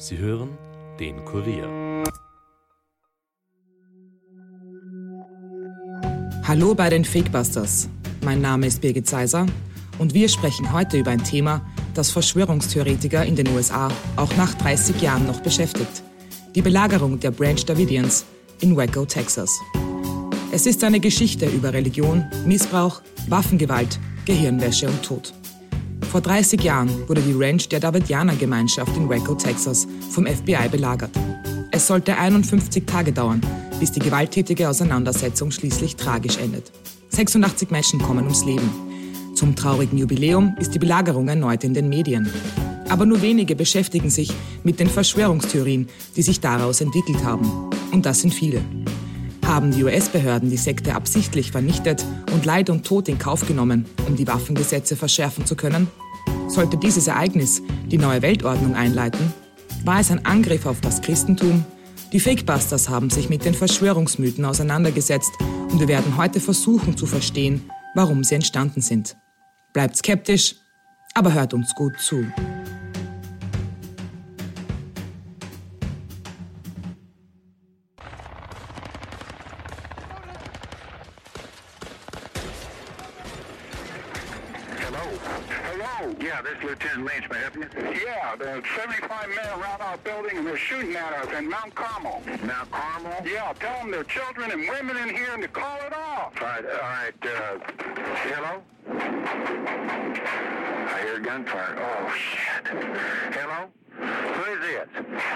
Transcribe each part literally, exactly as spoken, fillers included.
Sie hören den Kurier. Hallo bei den Fakebusters. Mein Name ist Birgit Seiser und wir sprechen heute über ein Thema, das Verschwörungstheoretiker in den U S A auch nach dreißig Jahren noch beschäftigt. Die Belagerung der Branch Davidians in Waco, Texas. Es ist eine Geschichte über Religion, Missbrauch, Waffengewalt, Gehirnwäsche und Tod. Vor dreißig Jahren wurde die Ranch der Davidianer-Gemeinschaft in Waco, Texas, vom F B I belagert. Es sollte einundfünfzig Tage dauern, bis die gewalttätige Auseinandersetzung schließlich tragisch endet. sechsundachtzig Menschen kommen ums Leben. Zum traurigen Jubiläum ist die Belagerung erneut in den Medien. Aber nur wenige beschäftigen sich mit den Verschwörungstheorien, die sich daraus entwickelt haben. Und das sind viele. Haben die U S-Behörden die Sekte absichtlich vernichtet und Leid und Tod in Kauf genommen, um die Waffengesetze verschärfen zu können? Sollte dieses Ereignis die neue Weltordnung einleiten? War es ein Angriff auf das Christentum? Die Fakebusters haben sich mit den Verschwörungsmythen auseinandergesetzt und wir werden heute versuchen zu verstehen, warum sie entstanden sind. Bleibt skeptisch, aber hört uns gut zu. Yeah, this is Lieutenant Lynch. May I help you? Yeah, there's seventy-five men around our building and they're shooting at us in Mount Carmel. Mount Carmel? Yeah, tell them there are children and women in here and to call it off. All right, all right. Uh, hello? I hear gunfire. Oh, shit. Hello? Who is this?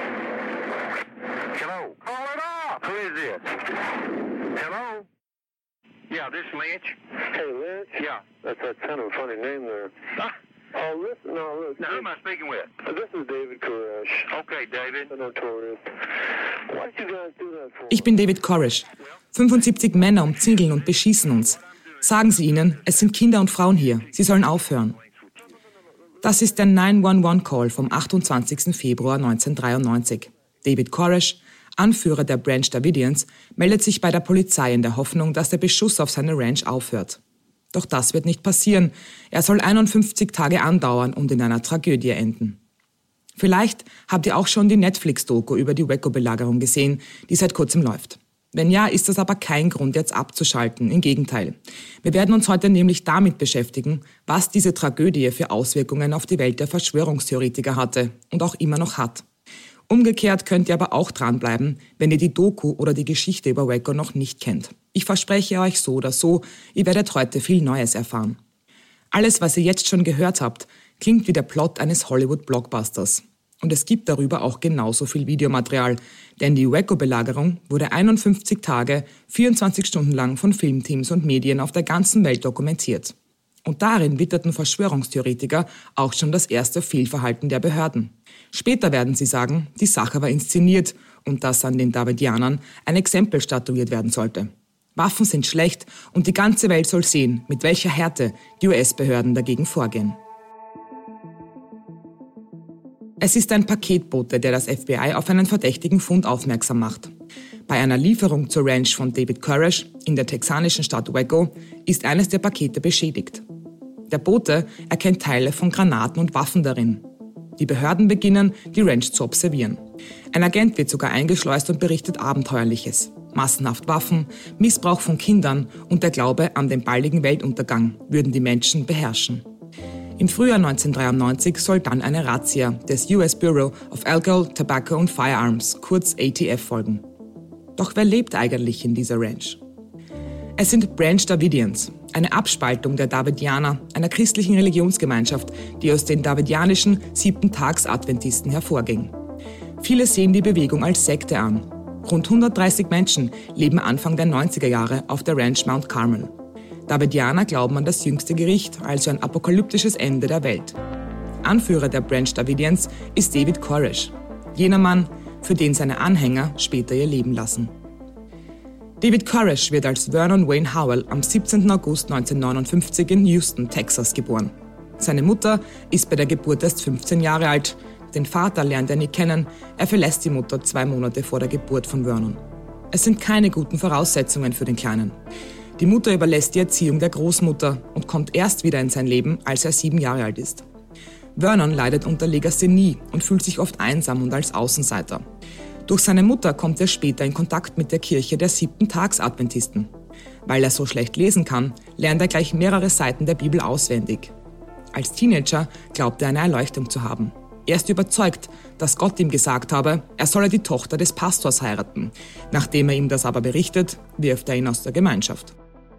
Hello? Call it off. Who is this? Hello? Yeah, this is Lynch. Hey, Lynch? Yeah. That's, that's kind of a funny name there. Huh? Oh, listen, no, listen. Now, who am I speaking with? This is David Koresh. Okay, David. The Notorious. Why did you guys do that for? Ich bin David Koresh. fünfundsiebzig Männer umzingeln und beschießen uns. Sagen Sie ihnen, es sind Kinder und Frauen hier. Sie sollen aufhören. Das ist der neun eins eins Call vom achtundzwanzigsten Februar neunzehnhundertdreiundneunzig. David Koresh, Anführer der Branch Davidians, meldet sich bei der Polizei in der Hoffnung, dass der Beschuss auf seine Ranch aufhört. Doch das wird nicht passieren. Er soll einundfünfzig Tage andauern und in einer Tragödie enden. Vielleicht habt ihr auch schon die Netflix-Doku über die Waco-Belagerung gesehen, die seit kurzem läuft. Wenn ja, ist das aber kein Grund, jetzt abzuschalten. Im Gegenteil. Wir werden uns heute nämlich damit beschäftigen, was diese Tragödie für Auswirkungen auf die Welt der Verschwörungstheoretiker hatte und auch immer noch hat. Umgekehrt könnt ihr aber auch dranbleiben, wenn ihr die Doku oder die Geschichte über Waco noch nicht kennt. Ich verspreche euch so oder so, ihr werdet heute viel Neues erfahren. Alles, was ihr jetzt schon gehört habt, klingt wie der Plot eines Hollywood-Blockbusters. Und es gibt darüber auch genauso viel Videomaterial, denn die Waco-Belagerung wurde einundfünfzig Tage, vierundzwanzig Stunden lang von Filmteams und Medien auf der ganzen Welt dokumentiert. Und darin witterten Verschwörungstheoretiker auch schon das erste Fehlverhalten der Behörden. Später werden sie sagen, die Sache war inszeniert und dass an den Davidianern ein Exempel statuiert werden sollte. Waffen sind schlecht und die ganze Welt soll sehen, mit welcher Härte die U S-Behörden dagegen vorgehen. Es ist ein Paketbote, der das F B I auf einen verdächtigen Fund aufmerksam macht. Bei einer Lieferung zur Ranch von David Koresh in der texanischen Stadt Waco ist eines der Pakete beschädigt. Der Bote erkennt Teile von Granaten und Waffen darin. Die Behörden beginnen, die Ranch zu observieren. Ein Agent wird sogar eingeschleust und berichtet Abenteuerliches. Massenhaft Waffen, Missbrauch von Kindern und der Glaube an den baldigen Weltuntergang würden die Menschen beherrschen. Im Frühjahr neunzehnhundertdreiundneunzig soll dann eine Razzia des U S Bureau of Alcohol, Tobacco and Firearms, kurz A T F, folgen. Doch wer lebt eigentlich in dieser Ranch? Es sind Branch Davidians, eine Abspaltung der Davidianer, einer christlichen Religionsgemeinschaft, die aus den davidianischen Siebten-Tags-Adventisten hervorging. Viele sehen die Bewegung als Sekte an. Rund hundertdreißig Menschen leben Anfang der neunziger Jahre auf der Ranch Mount Carmel. Davidianer glauben an das jüngste Gericht, also ein apokalyptisches Ende der Welt. Anführer der Branch Davidians ist David Koresh, jener Mann, für den seine Anhänger später ihr Leben lassen. David Koresh wird als Vernon Wayne Howell am siebzehnten August neunzehnhundertneunundfünfzig in Houston, Texas, geboren. Seine Mutter ist bei der Geburt erst fünfzehn Jahre alt. Den Vater lernt er nie kennen, er verlässt die Mutter zwei Monate vor der Geburt von Vernon. Es sind keine guten Voraussetzungen für den Kleinen. Die Mutter überlässt die Erziehung der Großmutter und kommt erst wieder in sein Leben, als er sieben Jahre alt ist. Vernon leidet unter Legasthenie und fühlt sich oft einsam und als Außenseiter. Durch seine Mutter kommt er später in Kontakt mit der Kirche der Siebten-Tags-Adventisten. Weil er so schlecht lesen kann, lernt er gleich mehrere Seiten der Bibel auswendig. Als Teenager glaubt er eine Erleuchtung zu haben. Er ist überzeugt, dass Gott ihm gesagt habe, er solle die Tochter des Pastors heiraten. Nachdem er ihm das aber berichtet, wirft er ihn aus der Gemeinschaft.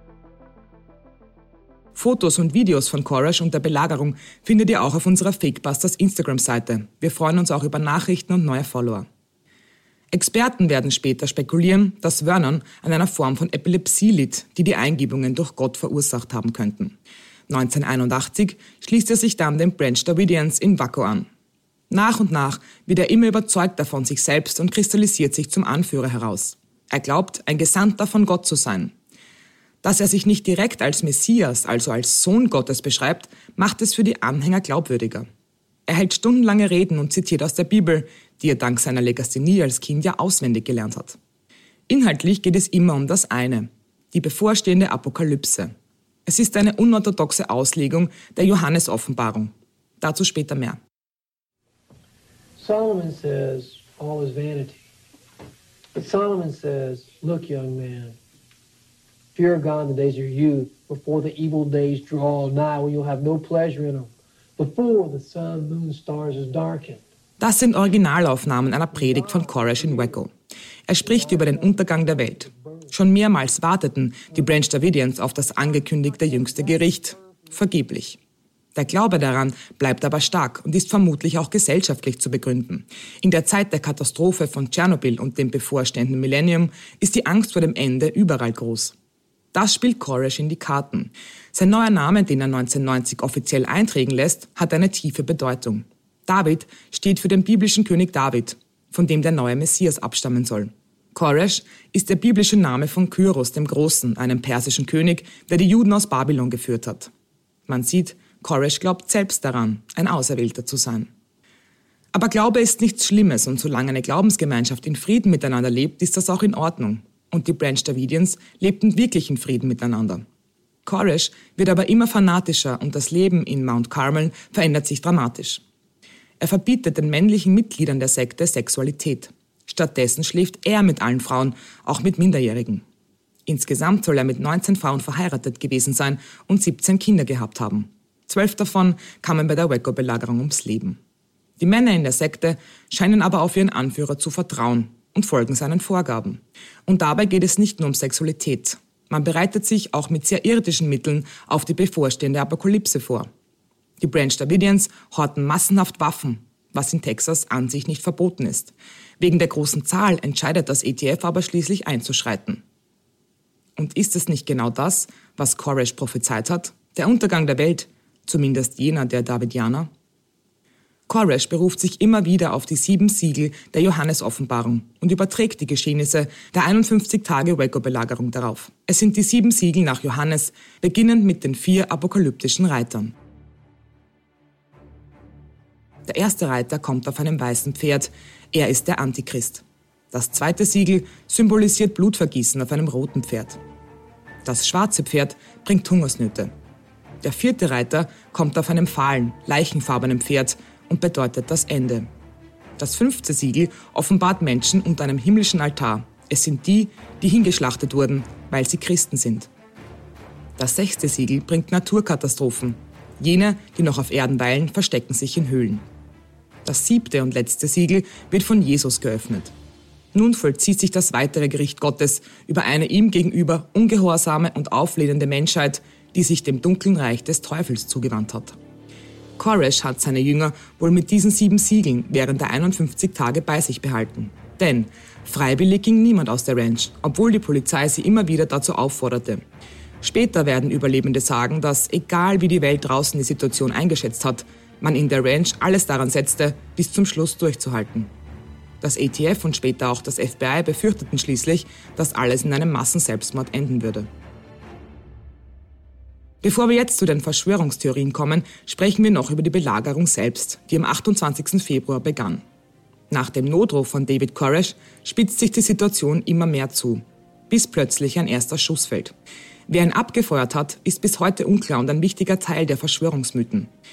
Fotos und Videos von Koresh und der Belagerung findet ihr auch auf unserer Fakebusters Instagram-Seite. Wir freuen uns auch über Nachrichten und neue Follower. Experten werden später spekulieren, dass Vernon an einer Form von Epilepsie litt, die die Eingebungen durch Gott verursacht haben könnten. neunzehnhunderteinundachtzig schließt er sich dann den Branch Davidians in Waco an. Nach und nach wird er immer überzeugter von sich selbst und kristallisiert sich zum Anführer heraus. Er glaubt, ein Gesandter von Gott zu sein. Dass er sich nicht direkt als Messias, also als Sohn Gottes beschreibt, macht es für die Anhänger glaubwürdiger. Er hält stundenlange Reden und zitiert aus der Bibel, die er dank seiner Legasthenie als Kind ja auswendig gelernt hat. Inhaltlich geht es immer um das eine, die bevorstehende Apokalypse. Es ist eine unorthodoxe Auslegung der Johannes-Offenbarung. Dazu später mehr. Solomon says, all is vanity. But Solomon says, look, young man, fear God in the days of your youth, before the evil days draw nigh, when you'll have no pleasure in them, before the sun, moon, stars is darkened. Das sind Originalaufnahmen einer Predigt von Koresh in Waco. Er spricht über den Untergang der Welt. Schon mehrmals warteten die Branch Davidians auf das angekündigte jüngste Gericht. Vergeblich. Der Glaube daran bleibt aber stark und ist vermutlich auch gesellschaftlich zu begründen. In der Zeit der Katastrophe von Tschernobyl und dem bevorstehenden Millennium ist die Angst vor dem Ende überall groß. Das spielt Koresh in die Karten. Sein neuer Name, den er neunzehnhundertneunzig offiziell eintragen lässt, hat eine tiefe Bedeutung. David steht für den biblischen König David, von dem der neue Messias abstammen soll. Koresh ist der biblische Name von Kyros dem Großen, einem persischen König, der die Juden aus Babylon geführt hat. Man sieht, Koresh glaubt selbst daran, ein Auserwählter zu sein. Aber Glaube ist nichts Schlimmes und solange eine Glaubensgemeinschaft in Frieden miteinander lebt, ist das auch in Ordnung. Und die Branch Davidians lebten wirklich in Frieden miteinander. Koresh wird aber immer fanatischer und das Leben in Mount Carmel verändert sich dramatisch. Er verbietet den männlichen Mitgliedern der Sekte Sexualität. Stattdessen schläft er mit allen Frauen, auch mit Minderjährigen. Insgesamt soll er mit neunzehn Frauen verheiratet gewesen sein und siebzehn Kinder gehabt haben. Zwölf davon kamen bei der Waco-Belagerung ums Leben. Die Männer in der Sekte scheinen aber auf ihren Anführer zu vertrauen und folgen seinen Vorgaben. Und dabei geht es nicht nur um Sexualität. Man bereitet sich auch mit sehr irdischen Mitteln auf die bevorstehende Apokalypse vor. Die Branch Davidians horten massenhaft Waffen, was in Texas an sich nicht verboten ist. Wegen der großen Zahl entscheidet das A T F aber schließlich einzuschreiten. Und ist es nicht genau das, was Koresh prophezeit hat? Der Untergang der Welt, zumindest jener der Davidianer? Koresh beruft sich immer wieder auf die sieben Siegel der Johannes-Offenbarung und überträgt die Geschehnisse der einundfünfzig Tage Waco-Belagerung darauf. Es sind die sieben Siegel nach Johannes, beginnend mit den vier apokalyptischen Reitern. Der erste Reiter kommt auf einem weißen Pferd. Er ist der Antichrist. Das zweite Siegel symbolisiert Blutvergießen auf einem roten Pferd. Das schwarze Pferd bringt Hungersnöte. Der vierte Reiter kommt auf einem fahlen, leichenfarbenen Pferd und bedeutet das Ende. Das fünfte Siegel offenbart Menschen unter einem himmlischen Altar. Es sind die, die hingeschlachtet wurden, weil sie Christen sind. Das sechste Siegel bringt Naturkatastrophen. Jene, die noch auf Erden weilen, verstecken sich in Höhlen. Das siebte und letzte Siegel wird von Jesus geöffnet. Nun vollzieht sich das weitere Gericht Gottes über eine ihm gegenüber ungehorsame und auflehnende Menschheit, die sich dem dunklen Reich des Teufels zugewandt hat. Koresh hat seine Jünger wohl mit diesen sieben Siegeln während der einundfünfzig Tage bei sich behalten. Denn freiwillig ging niemand aus der Ranch, obwohl die Polizei sie immer wieder dazu aufforderte. Später werden Überlebende sagen, dass, egal wie die Welt draußen die Situation eingeschätzt hat, man in der Ranch alles daran setzte, bis zum Schluss durchzuhalten. Das A T F und später auch das F B I befürchteten schließlich, dass alles in einem Massenselbstmord enden würde. Bevor wir jetzt zu den Verschwörungstheorien kommen, sprechen wir noch über die Belagerung selbst, die am achtundzwanzigsten Februar begann. Nach dem Notruf von David Koresh spitzt sich die Situation immer mehr zu, bis plötzlich ein erster Schuss fällt. Wer ihn abgefeuert hat, ist bis heute unklar und ein wichtiger Teil der Verschwörungsmythen.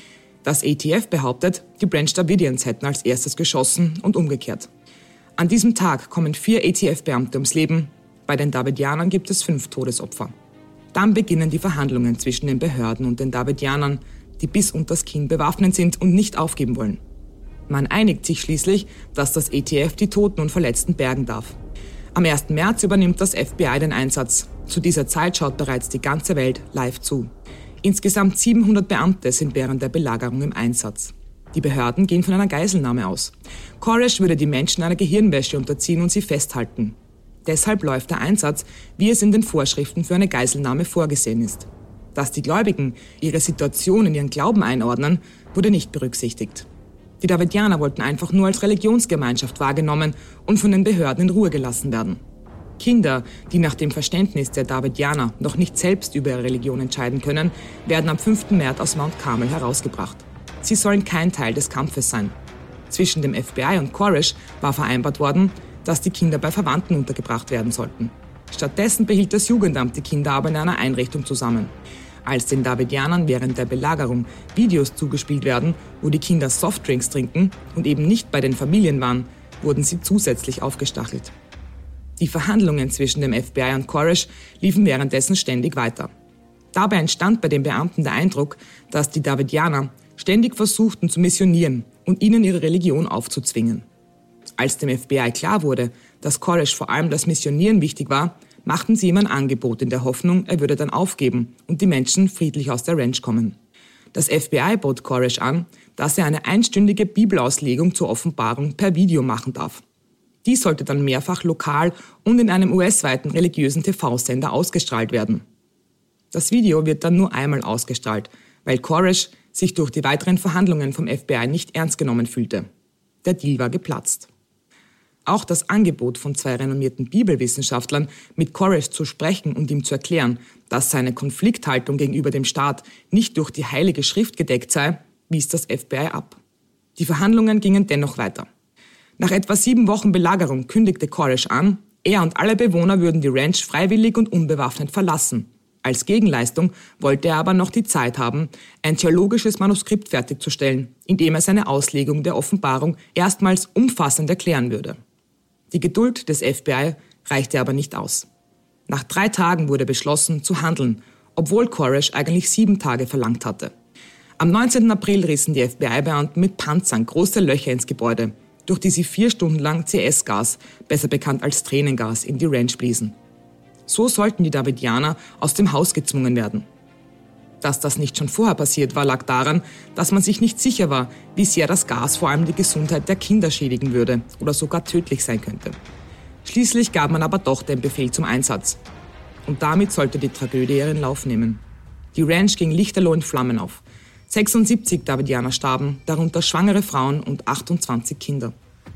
Das A T F behauptet, die Branch Davidians hätten als erstes geschossen und umgekehrt. An diesem Tag kommen vier A T F-Beamte ums Leben. Bei den Davidianern gibt es fünf Todesopfer. Dann beginnen die Verhandlungen zwischen den Behörden und den Davidianern, die bis unters Kinn bewaffnet sind und nicht aufgeben wollen. Man einigt sich schließlich, dass das A T F die Toten und Verletzten bergen darf. Am ersten März übernimmt das F B I den Einsatz. Zu dieser Zeit schaut bereits die ganze Welt live zu. Insgesamt siebenhundert Beamte sind während der Belagerung im Einsatz. Die Behörden gehen von einer Geiselnahme aus. Koresh würde die Menschen einer Gehirnwäsche unterziehen und sie festhalten. Deshalb läuft der Einsatz, wie es in den Vorschriften für eine Geiselnahme vorgesehen ist. Dass die Gläubigen ihre Situation in ihren Glauben einordnen, wurde nicht berücksichtigt. Die Davidianer wollten einfach nur als Religionsgemeinschaft wahrgenommen und von den Behörden in Ruhe gelassen werden. Kinder, die nach dem Verständnis der Davidianer noch nicht selbst über ihre Religion entscheiden können, werden am fünften März aus Mount Carmel herausgebracht. Sie sollen kein Teil des Kampfes sein. Zwischen dem F B I und Koresh war vereinbart worden, dass die Kinder bei Verwandten untergebracht werden sollten. Stattdessen behielt das Jugendamt die Kinder aber in einer Einrichtung zusammen. Als den Davidianern während der Belagerung Videos zugespielt werden, wo die Kinder Softdrinks trinken und eben nicht bei den Familien waren, wurden sie zusätzlich aufgestachelt. Die Verhandlungen zwischen dem F B I und Koresh liefen währenddessen ständig weiter. Dabei entstand bei den Beamten der Eindruck, dass die Davidianer ständig versuchten zu missionieren und ihnen ihre Religion aufzuzwingen. Als dem F B I klar wurde, dass Koresh vor allem das Missionieren wichtig war, machten sie ihm ein Angebot in der Hoffnung, er würde dann aufgeben und die Menschen friedlich aus der Ranch kommen. Das F B I bot Koresh an, dass er eine einstündige Bibelauslegung zur Offenbarung per Video machen darf. Die sollte dann mehrfach lokal und in einem U S-weiten religiösen T V-Sender ausgestrahlt werden. Das Video wird dann nur einmal ausgestrahlt, weil Koresh sich durch die weiteren Verhandlungen vom F B I nicht ernst genommen fühlte. Der Deal war geplatzt. Auch das Angebot von zwei renommierten Bibelwissenschaftlern, mit Koresh zu sprechen und ihm zu erklären, dass seine Konflikthaltung gegenüber dem Staat nicht durch die Heilige Schrift gedeckt sei, wies das F B I ab. Die Verhandlungen gingen dennoch weiter. Nach etwa sieben Wochen Belagerung kündigte Koresh an, er und alle Bewohner würden die Ranch freiwillig und unbewaffnet verlassen. Als Gegenleistung wollte er aber noch die Zeit haben, ein theologisches Manuskript fertigzustellen, in dem er seine Auslegung der Offenbarung erstmals umfassend erklären würde. Die Geduld des F B I reichte aber nicht aus. Nach drei Tagen wurde beschlossen, zu handeln, obwohl Koresh eigentlich sieben Tage verlangt hatte. Am neunzehnten April rissen die F B I-Beamten mit Panzern große Löcher ins Gebäude, durch die sie vier Stunden lang C S-Gas, besser bekannt als Tränengas, in die Ranch bliesen. So sollten die Davidianer aus dem Haus gezwungen werden. Dass das nicht schon vorher passiert war, lag daran, dass man sich nicht sicher war, wie sehr das Gas vor allem die Gesundheit der Kinder schädigen würde oder sogar tödlich sein könnte. Schließlich gab man aber doch den Befehl zum Einsatz. Und damit sollte die Tragödie ihren Lauf nehmen. Die Ranch ging lichterloh in Flammen auf. sechsundsiebzig Davidianer starben, darunter schwangere Frauen und achtundzwanzig Kinder.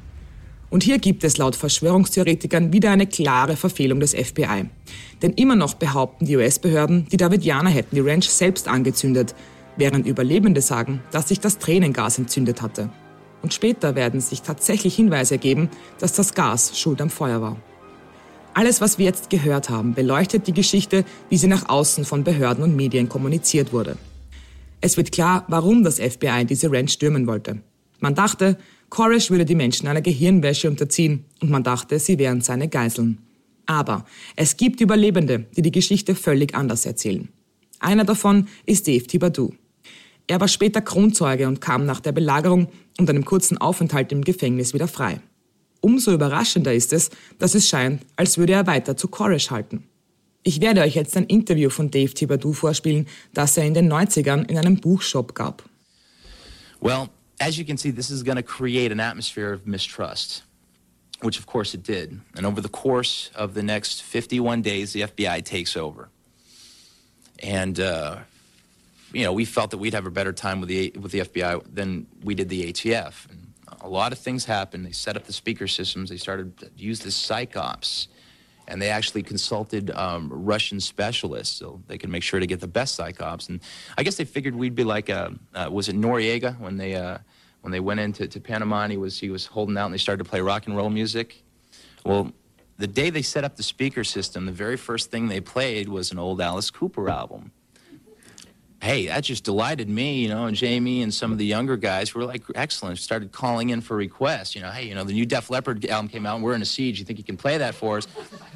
Und hier gibt es laut Verschwörungstheoretikern wieder eine klare Verfehlung des F B I. Denn immer noch behaupten die U S-Behörden, die Davidianer hätten die Ranch selbst angezündet, während Überlebende sagen, dass sich das Tränengas entzündet hatte. Und später werden sich tatsächlich Hinweise ergeben, dass das Gas schuld am Feuer war. Alles, was wir jetzt gehört haben, beleuchtet die Geschichte, wie sie nach außen von Behörden und Medien kommuniziert wurde. Es wird klar, warum das F B I diese Ranch stürmen wollte. Man dachte, Koresh würde die Menschen einer Gehirnwäsche unterziehen und man dachte, sie wären seine Geiseln. Aber es gibt Überlebende, die die Geschichte völlig anders erzählen. Einer davon ist Dave Thibodeau. Er war später Kronzeuge und kam nach der Belagerung und einem kurzen Aufenthalt im Gefängnis wieder frei. Umso überraschender ist es, dass es scheint, als würde er weiter zu Koresh halten. Ich werde euch jetzt ein Interview von Dave Thibodeau vorspielen, das er in den neunzigern in einem Buchshop gab. Well, as you can see, this is going to create an atmosphere of mistrust, which of course it did. And over the course of the next fifty-one days, the F B I takes over. And, uh, you know, we felt that we'd have a better time with the, with the F B I than we did the A T F. And a lot of things happened. They set up the speaker systems. They started to use the psyops. And they actually consulted um, Russian specialists so they could make sure to get the best psyops. And I guess they figured we'd be like, uh, uh, was it Noriega when they uh, when they went into to Panama and he was he was holding out and they started to play rock and roll music? Well, the day they set up the speaker system, the very first thing they played was an old Alice Cooper album. hey, that just delighted me, you know, and Jamie and some of the younger guys were like, excellent, started calling in for requests, you know, hey, you know, the new Def Leppard album came out and we're in a siege, you think you can play that for us?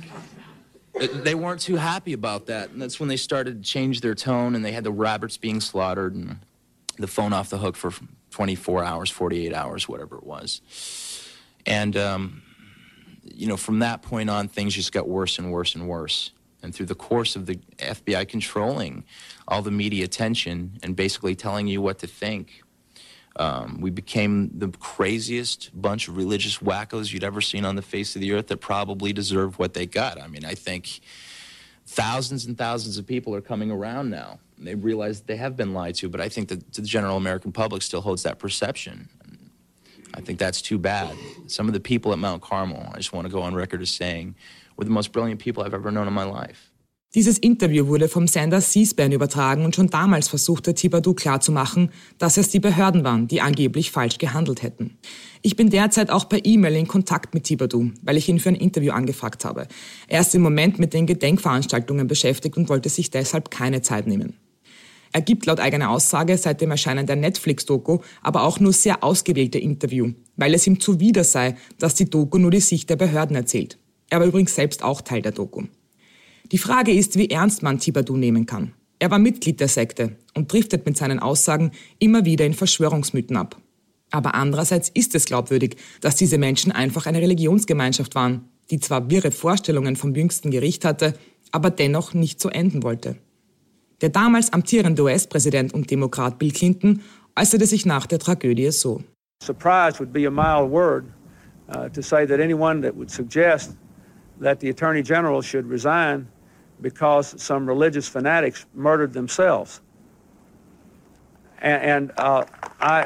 They weren't too happy about that, and that's when they started to change their tone, and they had the rabbits being slaughtered and the phone off the hook for twenty-four hours, forty-eight hours, whatever it was. And, um, you know, from that point on, things just got worse and worse and worse. And through the course of the F B I controlling all the media attention and basically telling you what to think, um, we became the craziest bunch of religious wackos you'd ever seen on the face of the earth that probably deserve what they got. I mean, I think thousands and thousands of people are coming around now. They realize they have been lied to, but I think that the general American public still holds that perception. I think that's too bad. Some of the people at Mount Carmel, I just want to go on record as saying, were the most brilliant people I've ever known in my life. Dieses Interview wurde vom Sender C-SPAN übertragen und schon damals versuchte Thibodeau klarzumachen, dass es die Behörden waren, die angeblich falsch gehandelt hätten. Ich bin derzeit auch per E-Mail in Kontakt mit Thibodeau, weil ich ihn für ein Interview angefragt habe. Er ist im Moment mit den Gedenkveranstaltungen beschäftigt und wollte sich deshalb keine Zeit nehmen. Er gibt laut eigener Aussage seit dem Erscheinen der Netflix-Doku aber auch nur sehr ausgewählte Interview, weil es ihm zuwider sei, dass die Doku nur die Sicht der Behörden erzählt. Er war übrigens selbst auch Teil der Doku. Die Frage ist, wie ernst man Thibodeau nehmen kann. Er war Mitglied der Sekte und driftet mit seinen Aussagen immer wieder in Verschwörungsmythen ab. Aber andererseits ist es glaubwürdig, dass diese Menschen einfach eine Religionsgemeinschaft waren, die zwar wirre Vorstellungen vom jüngsten Gericht hatte, aber dennoch nicht so enden wollte. Der damals amtierende U S-Präsident und Demokrat Bill Clinton äußerte sich nach der Tragödie so. Surprise would be a mild word uh, to say that anyone that would suggest that the Attorney General should resign because some religious fanatics murdered themselves. And, and uh, I,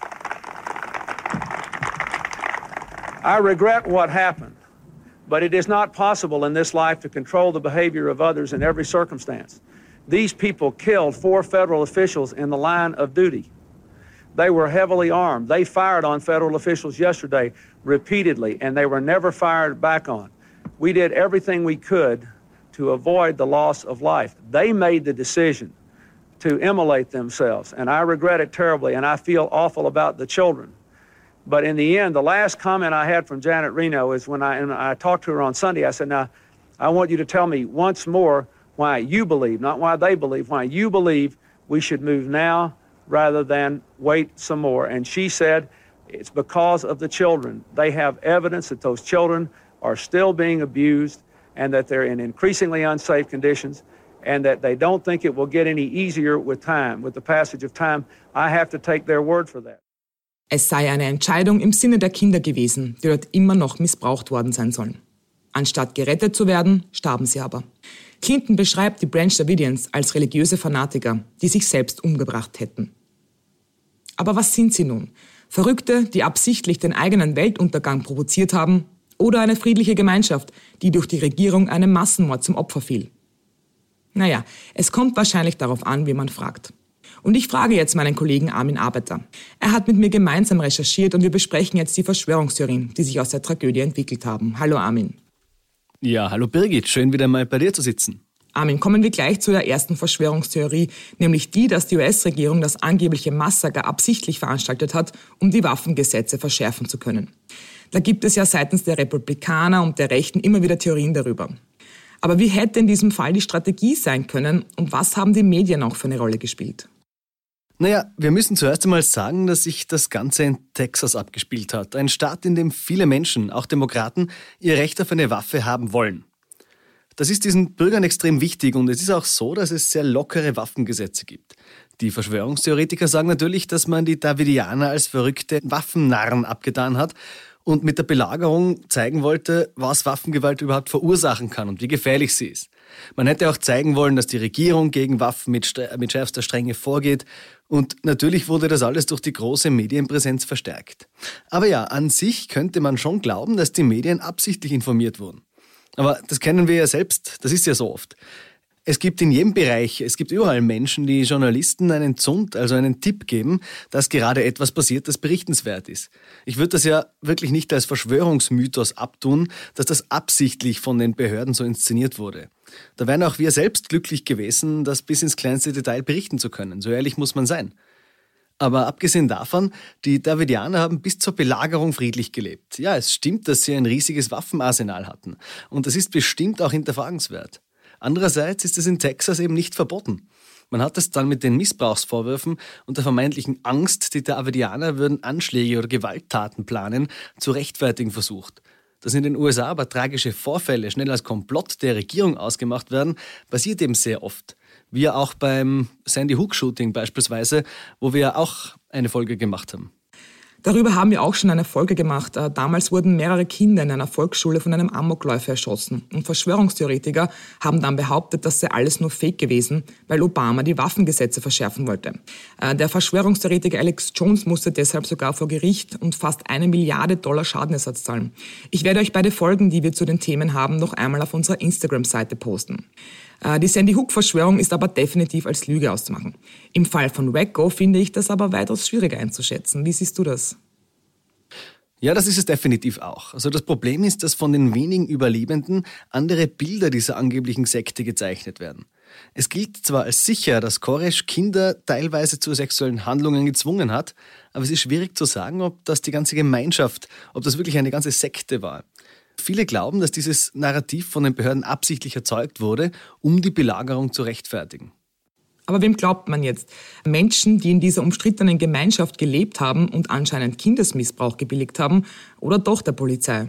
I regret what happened, but it is not possible in this life to control the behavior of others in every circumstance. These people killed four federal officials in the line of duty. They were heavily armed. They fired on federal officials yesterday repeatedly, and they were never fired back on. We did everything we could to avoid the loss of life. They made the decision to immolate themselves, and I regret it terribly, and I feel awful about the children. But in the end, the last comment I had from Janet Reno is when I, and I talked to her on Sunday, I said, now, I want you to tell me once more why you believe, not why they believe, why you believe we should move now rather than wait some more. And she said, it's because of the children. They have evidence that those children are still being abused and that they're in increasingly unsafe conditions and that they don't think it will get any easier with time, with the passage of time. I have to take their word for that. Es sei eine Entscheidung im Sinne der Kinder gewesen, die dort immer noch missbraucht worden sein sollen. Anstatt gerettet zu werden, starben sie aber. Clinton beschreibt die Branch Davidians als religiöse Fanatiker, die sich selbst umgebracht hätten. Aber was sind sie nun? Verrückte, die absichtlich den eigenen Weltuntergang provoziert haben, oder eine friedliche Gemeinschaft, die durch die Regierung einem Massenmord zum Opfer fiel? Naja, es kommt wahrscheinlich darauf an, wie man fragt. Und ich frage jetzt meinen Kollegen Armin Arbeiter. Er hat mit mir gemeinsam recherchiert und wir besprechen jetzt die Verschwörungstheorien, die sich aus der Tragödie entwickelt haben. Hallo Armin. Ja, hallo Birgit, schön wieder mal bei dir zu sitzen. Armin, kommen wir gleich zu der ersten Verschwörungstheorie, nämlich die, dass die U S-Regierung das angebliche Massaker absichtlich veranstaltet hat, um die Waffengesetze verschärfen zu können. Da gibt es ja seitens der Republikaner und der Rechten immer wieder Theorien darüber. Aber wie hätte in diesem Fall die Strategie sein können und was haben die Medien auch für eine Rolle gespielt? Naja, wir müssen zuerst einmal sagen, dass sich das Ganze in Texas abgespielt hat. Ein Staat, in dem viele Menschen, auch Demokraten, ihr Recht auf eine Waffe haben wollen. Das ist diesen Bürgern extrem wichtig und es ist auch so, dass es sehr lockere Waffengesetze gibt. Die Verschwörungstheoretiker sagen natürlich, dass man die Davidianer als verrückte Waffennarren abgetan hat und mit der Belagerung zeigen wollte, was Waffengewalt überhaupt verursachen kann und wie gefährlich sie ist. Man hätte auch zeigen wollen, dass die Regierung gegen Waffen mit, mit schärfster Strenge vorgeht und natürlich wurde das alles durch die große Medienpräsenz verstärkt. Aber ja, an sich könnte man schon glauben, dass die Medien absichtlich informiert wurden. Aber das kennen wir ja selbst, das ist ja so oft. Es gibt in jedem Bereich, es gibt überall Menschen, die Journalisten einen Zund, also einen Tipp geben, dass gerade etwas passiert, das berichtenswert ist. Ich würde das ja wirklich nicht als Verschwörungsmythos abtun, dass das absichtlich von den Behörden so inszeniert wurde. Da wären auch wir selbst glücklich gewesen, das bis ins kleinste Detail berichten zu können. So ehrlich muss man sein. Aber abgesehen davon, die Davidianer haben bis zur Belagerung friedlich gelebt. Ja, es stimmt, dass sie ein riesiges Waffenarsenal hatten. Und das ist bestimmt auch hinterfragenswert. Andererseits ist es in Texas eben nicht verboten. Man hat es dann mit den Missbrauchsvorwürfen und der vermeintlichen Angst, die Davidianer würden Anschläge oder Gewalttaten planen, zu rechtfertigen versucht. Dass in den U S A aber tragische Vorfälle schnell als Komplott der Regierung ausgemacht werden, passiert eben sehr oft. Wie auch beim Sandy Hook-Shooting beispielsweise, wo wir auch eine Folge gemacht haben. Darüber haben wir auch schon eine Folge gemacht. Damals wurden mehrere Kinder in einer Volksschule von einem Amokläufer erschossen. Und Verschwörungstheoretiker haben dann behauptet, das sei alles nur Fake gewesen, weil Obama die Waffengesetze verschärfen wollte. Der Verschwörungstheoretiker Alex Jones musste deshalb sogar vor Gericht und fast eine Milliarde Dollar Schadenersatz zahlen. Ich werde euch beide Folgen, die wir zu den Themen haben, noch einmal auf unserer Instagram-Seite posten. Die Sandy Hook-Verschwörung ist aber definitiv als Lüge auszumachen. Im Fall von Waco finde ich das aber weitaus schwieriger einzuschätzen. Wie siehst du das? Ja, das ist es definitiv auch. Also das Problem ist, dass von den wenigen Überlebenden andere Bilder dieser angeblichen Sekte gezeichnet werden. Es gilt zwar als sicher, dass Koresh Kinder teilweise zu sexuellen Handlungen gezwungen hat, aber es ist schwierig zu sagen, ob das die ganze Gemeinschaft, ob das wirklich eine ganze Sekte war. Viele glauben, dass dieses Narrativ von den Behörden absichtlich erzeugt wurde, um die Belagerung zu rechtfertigen. Aber wem glaubt man jetzt? Menschen, die in dieser umstrittenen Gemeinschaft gelebt haben und anscheinend Kindesmissbrauch gebilligt haben, oder doch der Polizei?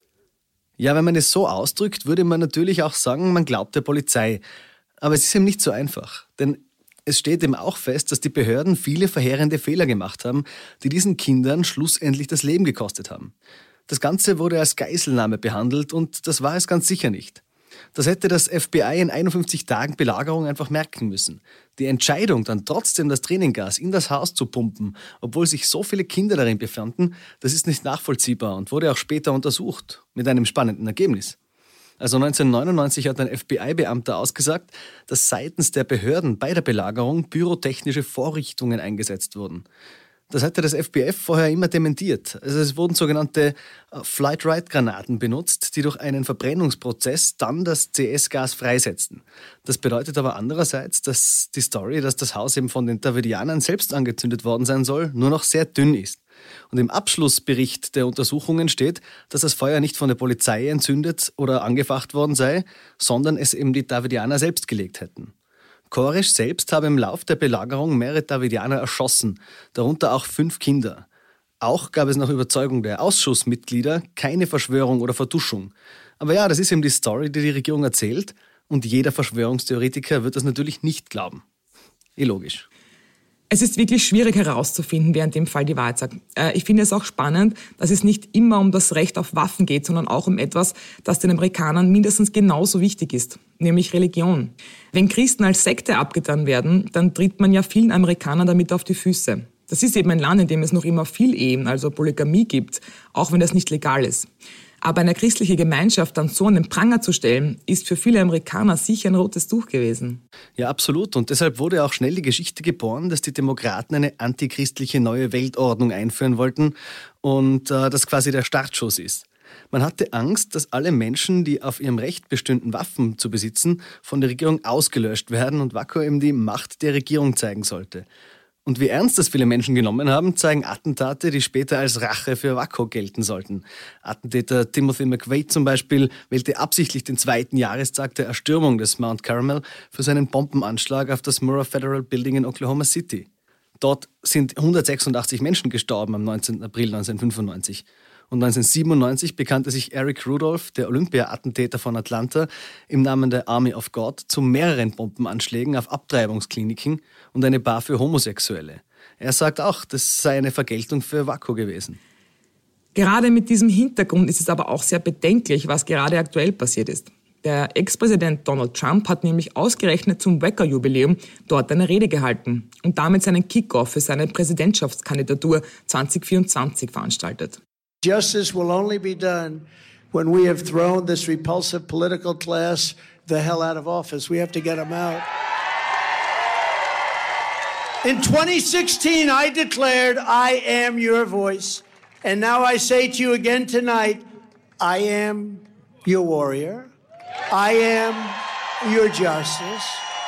Ja, wenn man es so ausdrückt, würde man natürlich auch sagen, man glaubt der Polizei. Aber es ist eben nicht so einfach. Denn es steht eben auch fest, dass die Behörden viele verheerende Fehler gemacht haben, die diesen Kindern schlussendlich das Leben gekostet haben. Das Ganze wurde als Geiselnahme behandelt und das war es ganz sicher nicht. Das hätte das F B I in einundfünfzig Tagen Belagerung einfach merken müssen. Die Entscheidung, dann trotzdem das Tränengas in das Haus zu pumpen, obwohl sich so viele Kinder darin befanden, das ist nicht nachvollziehbar und wurde auch später untersucht, mit einem spannenden Ergebnis. Also neunzehnhundertneunundneunzig hat ein F B I-Beamter ausgesagt, dass seitens der Behörden bei der Belagerung pyrotechnische Vorrichtungen eingesetzt wurden. Das hatte das F B I vorher immer dementiert. Also es wurden sogenannte Flight-Right-Granaten benutzt, die durch einen Verbrennungsprozess dann das C S-Gas freisetzten. Das bedeutet aber andererseits, dass die Story, dass das Haus eben von den Davidianern selbst angezündet worden sein soll, nur noch sehr dünn ist. Und im Abschlussbericht der Untersuchungen steht, dass das Feuer nicht von der Polizei entzündet oder angefacht worden sei, sondern es eben die Davidianer selbst gelegt hätten. Koresh selbst habe im Lauf der Belagerung mehrere Davidianer erschossen, darunter auch fünf Kinder. Auch gab es nach Überzeugung der Ausschussmitglieder keine Verschwörung oder Vertuschung. Aber ja, das ist eben die Story, die die Regierung erzählt und jeder Verschwörungstheoretiker wird das natürlich nicht glauben. Eh logisch. Es ist wirklich schwierig herauszufinden, wer in dem Fall die Wahrheit sagt. Ich finde es auch spannend, dass es nicht immer um das Recht auf Waffen geht, sondern auch um etwas, das den Amerikanern mindestens genauso wichtig ist, nämlich Religion. Wenn Christen als Sekte abgetan werden, dann tritt man ja vielen Amerikanern damit auf die Füße. Das ist eben ein Land, in dem es noch immer viel Ehen, also Polygamie gibt, auch wenn das nicht legal ist. Aber eine christliche Gemeinschaft dann so an den Pranger zu stellen, ist für viele Amerikaner sicher ein rotes Tuch gewesen. Ja, absolut. Und deshalb wurde auch schnell die Geschichte geboren, dass die Demokraten eine antichristliche neue Weltordnung einführen wollten und äh, das quasi der Startschuss ist. Man hatte Angst, dass alle Menschen, die auf ihrem Recht bestünden, Waffen zu besitzen, von der Regierung ausgelöscht werden und Waco eben die Macht der Regierung zeigen sollte. Und wie ernst das viele Menschen genommen haben, zeigen Attentate, die später als Rache für Waco gelten sollten. Attentäter Timothy McVeigh zum Beispiel wählte absichtlich den zweiten Jahrestag der Erstürmung des Mount Carmel für seinen Bombenanschlag auf das Murrah Federal Building in Oklahoma City. Dort sind hundertsechsundachtzig Menschen gestorben am neunzehnten April neunzehnhundertfünfundneunzig. Und neunzehnhundertsiebenundneunzig bekannte sich Eric Rudolph, der Olympia-Attentäter von Atlanta, im Namen der Army of God zu mehreren Bombenanschlägen auf Abtreibungskliniken und eine Bar für Homosexuelle. Er sagt auch, das sei eine Vergeltung für Waco gewesen. Gerade mit diesem Hintergrund ist es aber auch sehr bedenklich, was gerade aktuell passiert ist. Der Ex-Präsident Donald Trump hat nämlich ausgerechnet zum Waco-Jubiläum dort eine Rede gehalten und damit seinen Kickoff für seine Präsidentschaftskandidatur zwanzig vierundzwanzig veranstaltet. Justice will only be done when we have thrown this repulsive political class the hell out of office. We have to get them out. In twenty sixteen, I declared, I am your voice. And now I say to you again tonight, I am your warrior. I am your justice.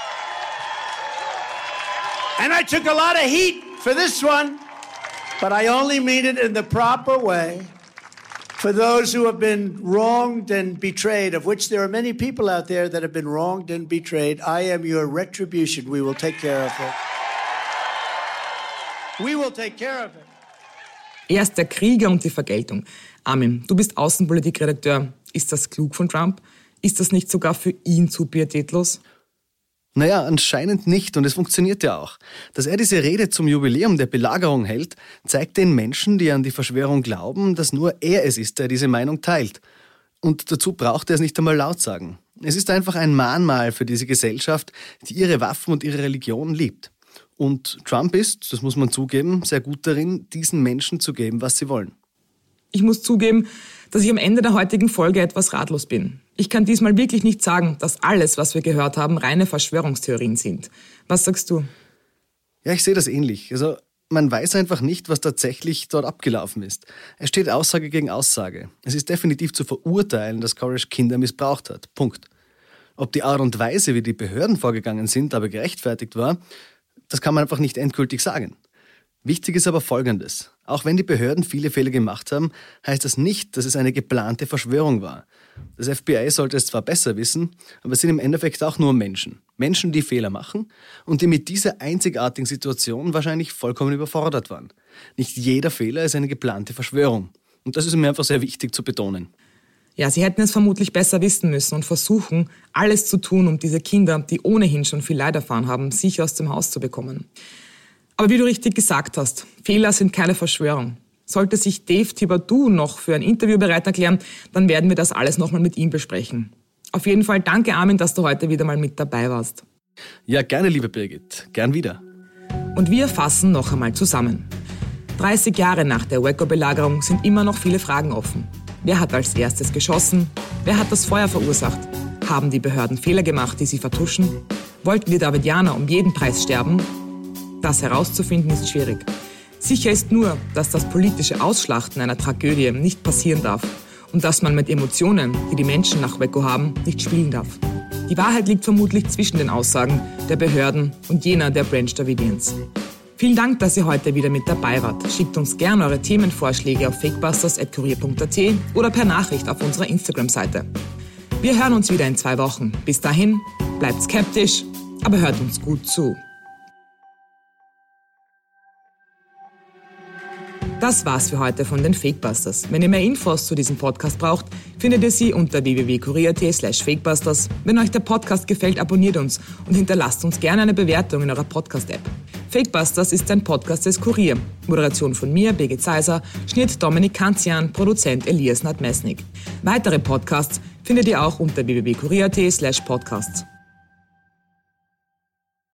And I took a lot of heat for this one, but I only mean it in the proper way. For those who have been wronged and betrayed, of which there are many people out there that have been wronged and betrayed, I am your retribution. We will take care of it. We will take care of it. Erst der Krieger und die Vergeltung. Armin, du bist Außenpolitikredakteur. Ist das klug von Trump? Ist das nicht sogar für ihn zu pietätlos? Naja, anscheinend nicht und es funktioniert ja auch. Dass er diese Rede zum Jubiläum der Belagerung hält, zeigt den Menschen, die an die Verschwörung glauben, dass nur er es ist, der diese Meinung teilt. Und dazu braucht er es nicht einmal laut sagen. Es ist einfach ein Mahnmal für diese Gesellschaft, die ihre Waffen und ihre Religion liebt. Und Trump ist, das muss man zugeben, sehr gut darin, diesen Menschen zu geben, was sie wollen. Ich muss zugeben, dass ich am Ende der heutigen Folge etwas ratlos bin. Ich kann diesmal wirklich nicht sagen, dass alles, was wir gehört haben, reine Verschwörungstheorien sind. Was sagst du? Ja, ich sehe das ähnlich. Also, man weiß einfach nicht, was tatsächlich dort abgelaufen ist. Es steht Aussage gegen Aussage. Es ist definitiv zu verurteilen, dass Koresh Kinder missbraucht hat. Punkt. Ob die Art und Weise, wie die Behörden vorgegangen sind, aber gerechtfertigt war, das kann man einfach nicht endgültig sagen. Wichtig ist aber Folgendes. Auch wenn die Behörden viele Fehler gemacht haben, heißt das nicht, dass es eine geplante Verschwörung war. Das F B I sollte es zwar besser wissen, aber es sind im Endeffekt auch nur Menschen. Menschen, die Fehler machen und die mit dieser einzigartigen Situation wahrscheinlich vollkommen überfordert waren. Nicht jeder Fehler ist eine geplante Verschwörung. Und das ist mir einfach sehr wichtig zu betonen. Ja, sie hätten es vermutlich besser wissen müssen und versuchen, alles zu tun, um diese Kinder, die ohnehin schon viel Leid erfahren haben, sicher aus dem Haus zu bekommen. Aber wie du richtig gesagt hast, Fehler sind keine Verschwörung. Sollte sich Dave Thibodeau noch für ein Interview bereit erklären, dann werden wir das alles nochmal mit ihm besprechen. Auf jeden Fall danke, Armin, dass du heute wieder mal mit dabei warst. Ja, gerne, liebe Birgit. Gern wieder. Und wir fassen noch einmal zusammen. dreißig Jahre nach der Waco-Belagerung sind immer noch viele Fragen offen. Wer hat als erstes geschossen? Wer hat das Feuer verursacht? Haben die Behörden Fehler gemacht, die sie vertuschen? Wollten die Davidianer um jeden Preis sterben? Das herauszufinden ist schwierig. Sicher ist nur, dass das politische Ausschlachten einer Tragödie nicht passieren darf und dass man mit Emotionen, die die Menschen nach Waco haben, nicht spielen darf. Die Wahrheit liegt vermutlich zwischen den Aussagen der Behörden und jener der Branch Davidians. Vielen Dank, dass ihr heute wieder mit dabei wart. Schickt uns gerne eure Themenvorschläge auf fakebusters at kurier punkt at oder per Nachricht auf unserer Instagram-Seite. Wir hören uns wieder in zwei Wochen. Bis dahin, bleibt skeptisch, aber hört uns gut zu. Das war's für heute von den Fakebusters. Wenn ihr mehr Infos zu diesem Podcast braucht, findet ihr sie unter w w w punkt kurier punkt at slash fakebusters. Wenn euch der Podcast gefällt, abonniert uns und hinterlasst uns gerne eine Bewertung in eurer Podcast-App. Fakebusters ist ein Podcast des Kurier. Moderation von mir, Birgit Seiser, Schnitt Dominik Kanzian, Produzent Elias Nadmesnik. Weitere Podcasts findet ihr auch unter w w w punkt kurier punkt at slash podcasts.